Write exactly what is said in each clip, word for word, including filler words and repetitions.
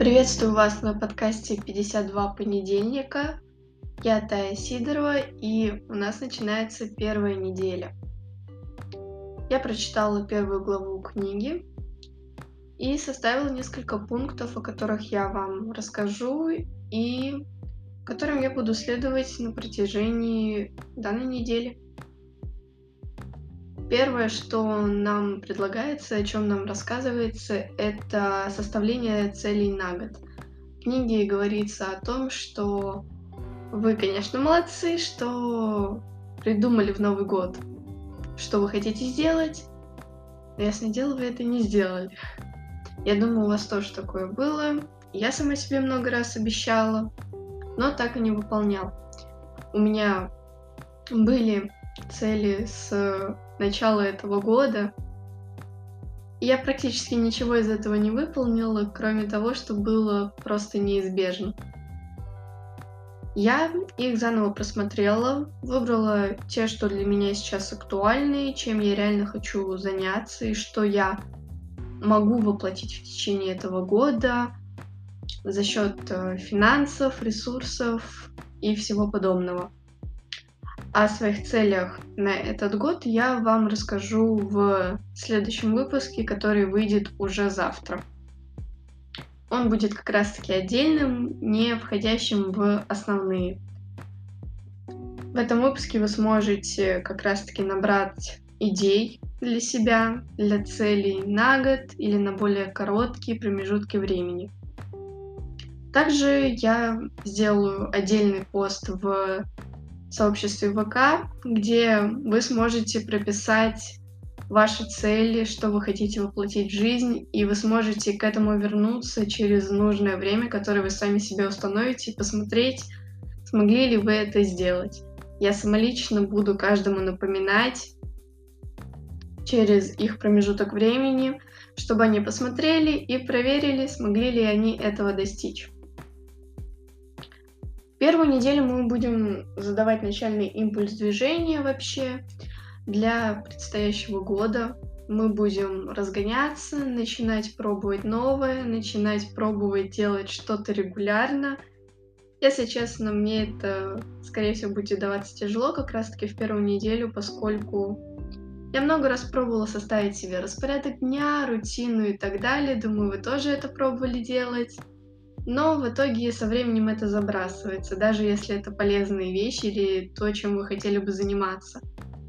Приветствую вас на подкасте пятьдесят два понедельника. Я Тая Сидорова, и у нас начинается первая неделя. Я прочитала первую главу книги и составила несколько пунктов, о которых я вам расскажу и которым я буду следовать на протяжении данной недели. Первое, что нам предлагается, о чем нам рассказывается, это составление целей на год. В книге говорится о том, что вы, конечно, молодцы, что придумали в Новый год, что вы хотите сделать, но, ясное дело, вы это не сделали. Я думаю, у вас тоже такое было. Я сама себе много раз обещала, но так и не выполняла. У меня были цели с начала этого года, и я практически ничего из этого не выполнила, кроме того, что было просто неизбежно. Я их заново просмотрела, выбрала те, что для меня сейчас актуальны, чем я реально хочу заняться и что я могу воплотить в течение этого года за счет финансов, ресурсов и всего подобного. О своих целях на этот год я вам расскажу в следующем выпуске, который выйдет уже завтра. Он будет как раз-таки отдельным, не входящим в основные. В этом выпуске вы сможете как раз-таки набрать идей для себя, для целей на год или на более короткие промежутки времени. Также я сделаю отдельный пост в сообществе ВК, где вы сможете прописать ваши цели, что вы хотите воплотить в жизнь, и вы сможете к этому вернуться через нужное время, которое вы сами себе установите, и посмотреть, смогли ли вы это сделать. Я самолично буду каждому напоминать через их промежуток времени, чтобы они посмотрели и проверили, смогли ли они этого достичь. Первую неделю мы будем задавать начальный импульс движения вообще для предстоящего года. Мы будем разгоняться, начинать пробовать новое, начинать пробовать делать что-то регулярно. Если честно, мне это, скорее всего, будет даваться тяжело как раз-таки в первую неделю, поскольку я много раз пробовала составить себе распорядок дня, рутину и так далее. Думаю, вы тоже это пробовали делать. Но в итоге со временем это забрасывается, даже если это полезные вещи или то, чем вы хотели бы заниматься.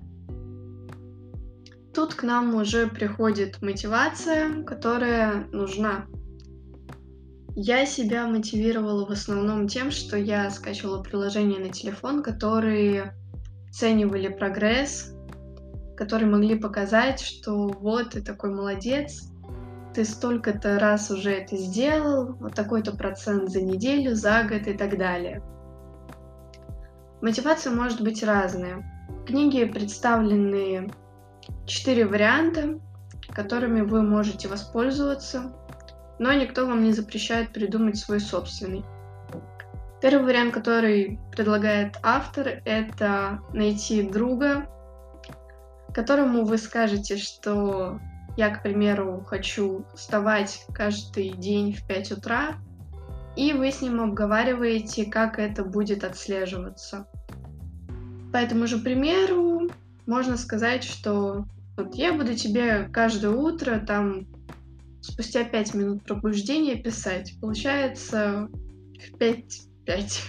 Тут к нам уже приходит мотивация, которая нужна. Я себя мотивировала в основном тем, что я скачивала приложения на телефон, которые оценивали прогресс, которые могли показать, что вот ты такой молодец, ты столько-то раз уже это сделал, вот такой-то процент за неделю, за год и так далее. Мотивация может быть разная. В книге представлены четыре варианта, которыми вы можете воспользоваться, но никто вам не запрещает придумать свой собственный. Первый вариант, который предлагает автор, это найти друга, которому вы скажете, что я, к примеру, хочу вставать каждый день в пять утра, и вы с ним обговариваете, как это будет отслеживаться. По этому же примеру можно сказать, что вот я буду тебе каждое утро, там, спустя пять минут пробуждения писать. Получается в пять пять.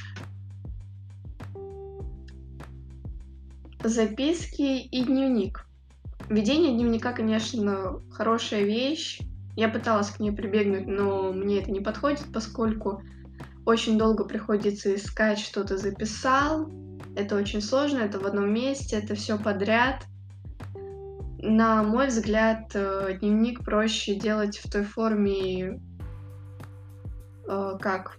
Записки и дневник. Ведение дневника, конечно, хорошая вещь. Я пыталась к ней прибегнуть, но мне это не подходит, поскольку очень долго приходится искать, что ты записал. Это очень сложно, это в одном месте, это все подряд. На мой взгляд, дневник проще делать в той форме, как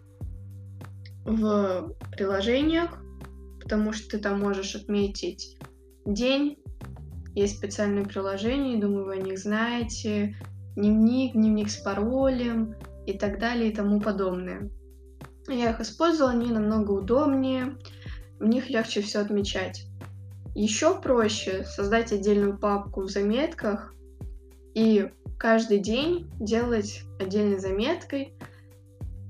в приложениях, потому что ты там можешь отметить день. Есть специальные приложения, думаю, вы о них знаете. Дневник, дневник с паролем и так далее и тому подобное. Я их использовала, они намного удобнее, в них легче все отмечать. Еще проще создать отдельную папку в заметках и каждый день делать отдельной заметкой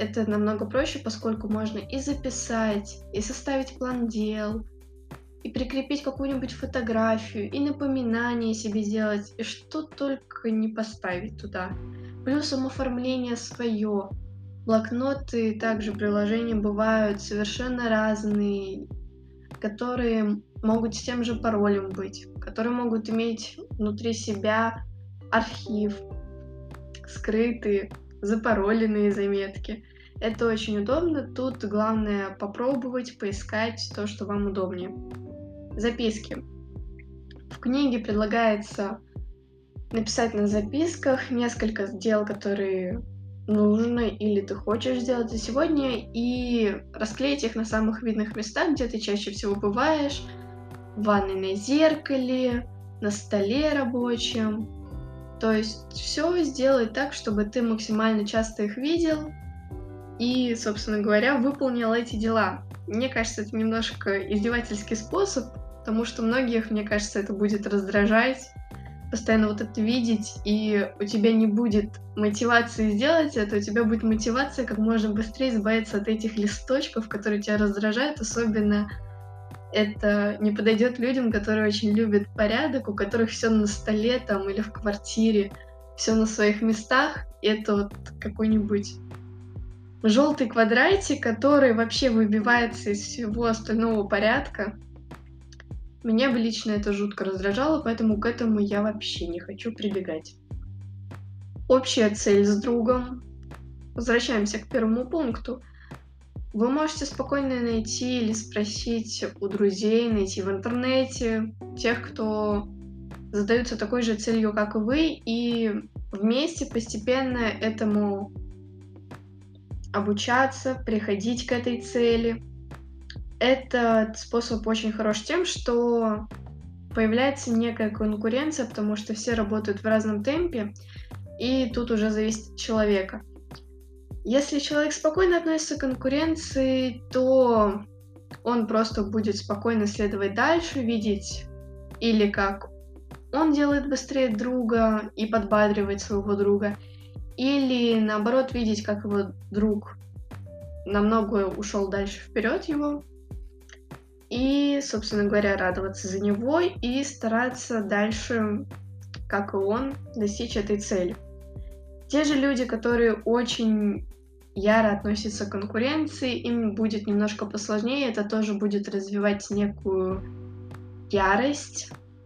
это намного проще, поскольку можно и записать, и составить план дел, и прикрепить какую-нибудь фотографию, и напоминание себе сделать, и что только не поставить туда. Плюсом оформление свое. Блокноты, также приложения бывают совершенно разные, которые могут с тем же паролем быть, которые могут иметь внутри себя архив, скрытые, запароленные заметки. Это очень удобно. Тут главное попробовать, поискать то, что вам удобнее. Записки. В книге предлагается написать на записках несколько дел, которые нужно или ты хочешь сделать за сегодня, и расклеить их на самых видных местах, где ты чаще всего бываешь: в ванной, на зеркале, на столе рабочем. То есть все сделать так, чтобы ты максимально часто их видел и, собственно говоря, выполнил эти дела. Мне кажется, это немножко издевательский способ, потому что многих, мне кажется, это будет раздражать, постоянно вот это видеть, и у тебя не будет мотивации сделать это, у тебя будет мотивация как можно быстрее избавиться от этих листочков, которые тебя раздражают. Особенно это не подойдет людям, которые очень любят порядок, у которых все на столе там или в квартире, все на своих местах. И это вот какой-нибудь желтый квадратик, который вообще выбивается из всего остального порядка. Меня бы лично это жутко раздражало, поэтому к этому я вообще не хочу прибегать. Общая цель с другом. Возвращаемся к первому пункту. Вы можете спокойно найти или спросить у друзей, найти в интернете тех, кто задаются такой же целью, как и вы, и вместе постепенно этому обучаться, приходить к этой цели. Этот способ очень хорош тем, что появляется некая конкуренция, потому что все работают в разном темпе, и тут уже зависит от человека. Если человек спокойно относится к конкуренции, то он просто будет спокойно следовать дальше, видеть или как он делает быстрее друга и подбадривать своего друга, или наоборот видеть, как его друг намного ушел дальше вперед его, и, собственно говоря, радоваться за него и стараться дальше, как и он, достичь этой цели. Те же люди, которые очень яро относятся к конкуренции, им будет немножко посложнее, это тоже будет развивать некую ярость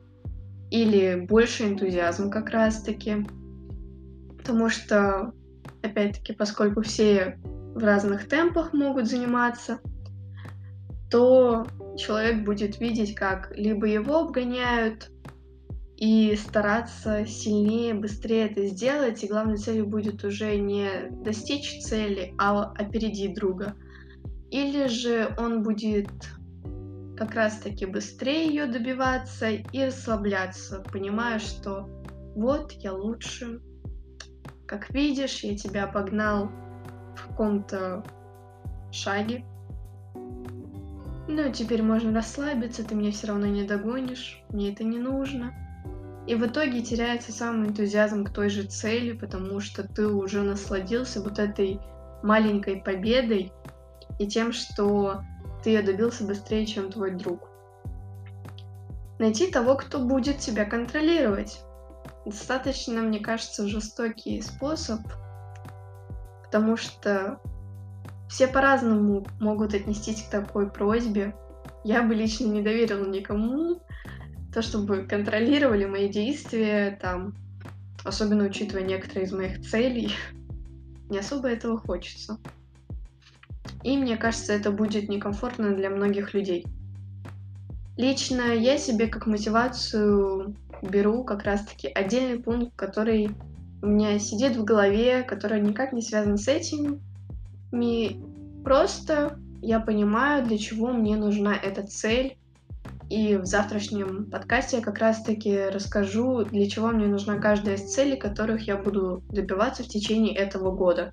или больше энтузиазм как раз-таки. Потому что, опять-таки, поскольку все в разных темпах могут заниматься, то человек будет видеть, как либо его обгоняют, и стараться сильнее, быстрее это сделать, и главной целью будет уже не достичь цели, а опередить друга. Или же он будет как раз-таки быстрее ее добиваться и расслабляться, понимая, что вот я лучше. Как видишь, я тебя обогнал в каком-то шаге. Ну, теперь можно расслабиться, ты меня все равно не догонишь, мне это не нужно. И в итоге теряется сам энтузиазм к той же цели, потому что ты уже насладился вот этой маленькой победой и тем, что ты ее добился быстрее, чем твой друг. Найти того, кто будет тебя контролировать. Достаточно, мне кажется, жестокий способ, потому что все по-разному могут отнестись к такой просьбе. Я бы лично не доверила никому то, чтобы контролировали мои действия, там, особенно учитывая некоторые из моих целей, не особо этого хочется. И мне кажется, это будет некомфортно для многих людей. Лично я себе как мотивацию беру как раз-таки отдельный пункт, который у меня сидит в голове, который никак не связан с этим. Просто я понимаю, для чего мне нужна эта цель. И в завтрашнем подкасте я как раз-таки расскажу, для чего мне нужна каждая из целей, которых я буду добиваться в течение этого года.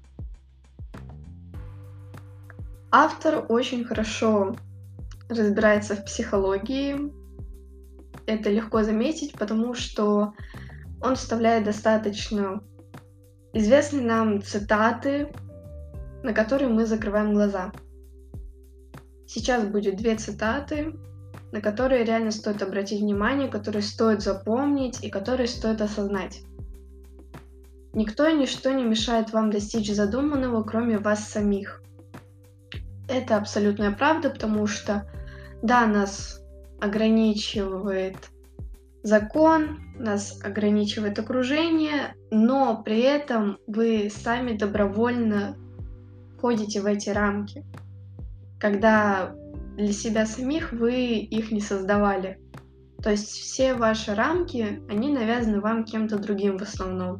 Автор очень хорошо разбирается в психологии. Это легко заметить, потому что он вставляет достаточно известные нам цитаты, на которые мы закрываем глаза. Сейчас будет две цитаты, на которые реально стоит обратить внимание, которые стоит запомнить и которые стоит осознать. Никто и ничто не мешает вам достичь задуманного, кроме вас самих. Это абсолютная правда, потому что, да, нас ограничивает закон, нас ограничивает окружение, но при этом вы сами добровольно входите в эти рамки, когда для себя самих вы их не создавали. То есть все ваши рамки, они навязаны вам кем-то другим в основном.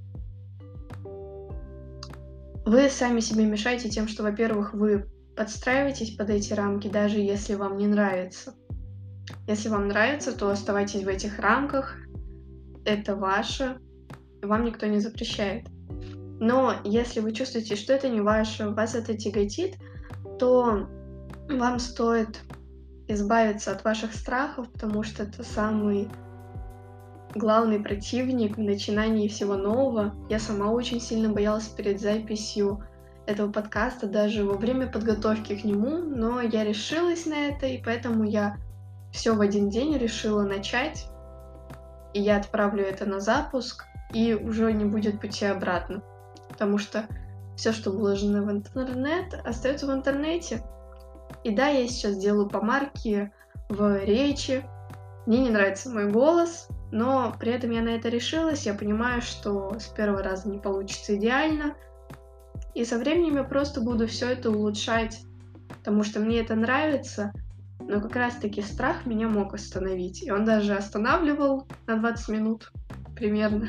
Вы сами себе мешаете тем, что, во-первых, вы подстраиваетесь под эти рамки, даже если вам не нравится. Если вам нравится, то оставайтесь в этих рамках, это ваше, вам никто не запрещает. Но если вы чувствуете, что это не ваше, вас это тяготит, то вам стоит избавиться от ваших страхов, потому что это самый главный противник в начинании всего нового. Я сама очень сильно боялась перед записью этого подкаста, даже во время подготовки к нему, но я решилась на это, и поэтому я все в один день решила начать, и я отправлю это на запуск, и уже не будет пути обратно, потому что все, что вложено в интернет, остается в интернете. И да, я сейчас делаю помарки в речи, мне не нравится мой голос, но при этом я на это решилась, я понимаю, что с первого раза не получится идеально, и со временем я просто буду все это улучшать, потому что мне это нравится, но как раз-таки страх меня мог остановить, и он даже останавливал на двадцать минут примерно.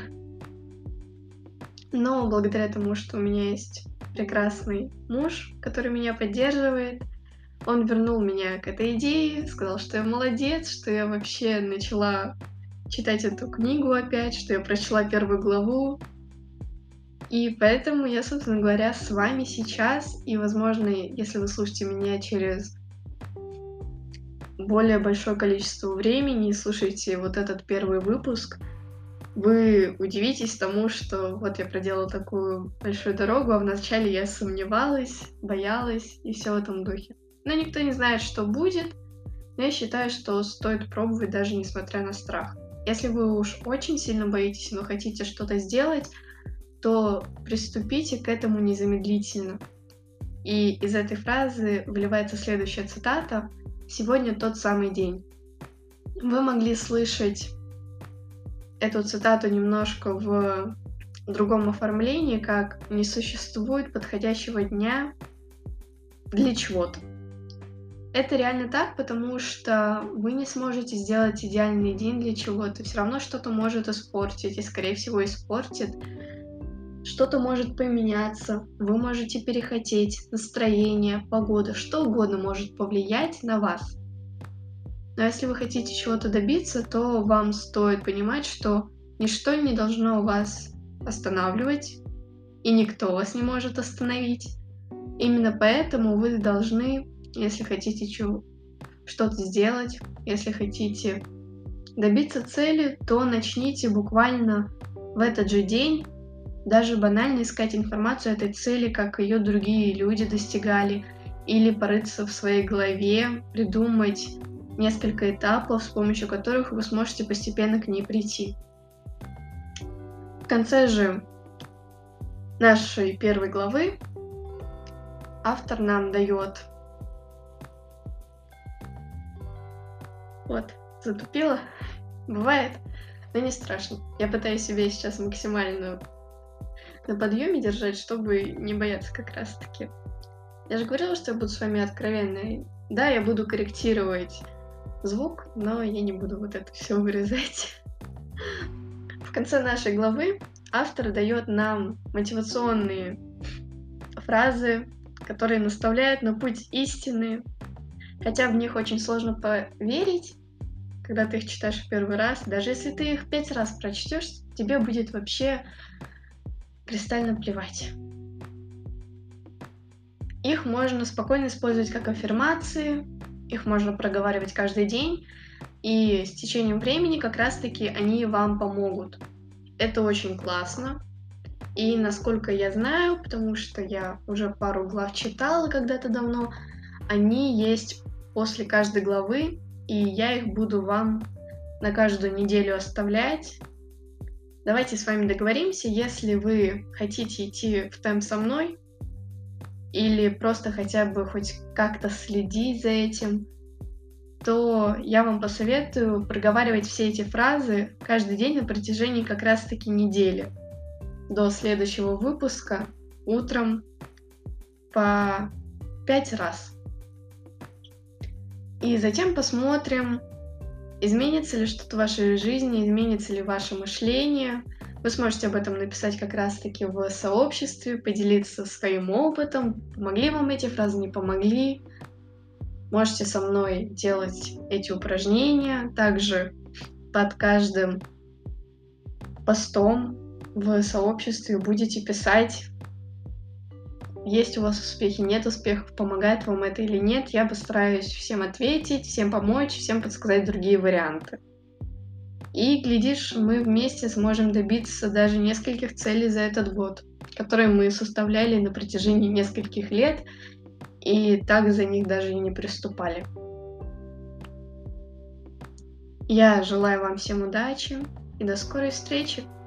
Но благодаря тому, что у меня есть прекрасный муж, который меня поддерживает, он вернул меня к этой идее, сказал, что я молодец, что я вообще начала читать эту книгу опять, что я прочла первую главу. И поэтому я, собственно говоря, с вами сейчас, и, возможно, если вы слушаете меня через более большое количество времени и слушаете вот этот первый выпуск, вы удивитесь тому, что вот я проделала такую большую дорогу, а вначале я сомневалась, боялась и все в этом духе. Но никто не знает, что будет, но я считаю, что стоит пробовать даже несмотря на страх. Если вы уж очень сильно боитесь, но хотите что-то сделать, то приступите к этому незамедлительно. И из этой фразы выливается следующая цитата: «Сегодня тот самый день». Вы могли слышать эту цитату немножко в другом оформлении, как «не существует подходящего дня для чего-то». Это реально так, потому что вы не сможете сделать идеальный день для чего-то. Все равно что-то может испортить, и, скорее всего, испортит. Что-то может поменяться, вы можете перехотеть, настроение, погода, что угодно может повлиять на вас. Но если вы хотите чего-то добиться, то вам стоит понимать, что ничто не должно вас останавливать, и никто вас не может остановить. Именно поэтому вы должны, если хотите чего- что-то сделать, если хотите добиться цели, то начните буквально в этот же день даже банально искать информацию о этой цели, как ее другие люди достигали, или порыться в своей голове, придумать несколько этапов, с помощью которых вы сможете постепенно к ней прийти. В конце же нашей первой главы автор нам дает... Вот, затупила. Бывает, но не страшно. Я пытаюсь себя сейчас максимально на подъеме держать, чтобы не бояться как раз-таки. Я же говорила, что я буду с вами откровенной. Да, я буду корректировать звук, но я не буду вот это все вырезать. В конце нашей главы автор дает нам мотивационные фразы, которые наставляют на путь истины, хотя в них очень сложно поверить, когда ты их читаешь в первый раз. Даже если ты их пять раз прочтешь, тебе будет вообще кристально плевать. Их можно спокойно использовать как аффирмации, их можно проговаривать каждый день, и с течением времени как раз-таки они вам помогут. Это очень классно. И насколько я знаю, потому что я уже пару глав читала когда-то давно, они есть после каждой главы, и я их буду вам на каждую неделю оставлять. Давайте с вами договоримся, если вы хотите идти в темп со мной или просто хотя бы хоть как-то следить за этим, то я вам посоветую проговаривать все эти фразы каждый день на протяжении как раз-таки недели до следующего выпуска утром по пять раз. И затем посмотрим, изменится ли что-то в вашей жизни, изменится ли ваше мышление. Вы сможете об этом написать как раз-таки в сообществе, поделиться своим опытом, помогли вам эти фразы, не помогли. Можете со мной делать эти упражнения. Также под каждым постом в сообществе будете писать, есть у вас успехи, нет успехов, помогает вам это или нет. Я постараюсь всем ответить, всем помочь, всем подсказать другие варианты. И, глядишь, мы вместе сможем добиться даже нескольких целей за этот год, которые мы составляли на протяжении нескольких лет, и так за них даже и не приступали. Я желаю вам всем удачи и до скорой встречи!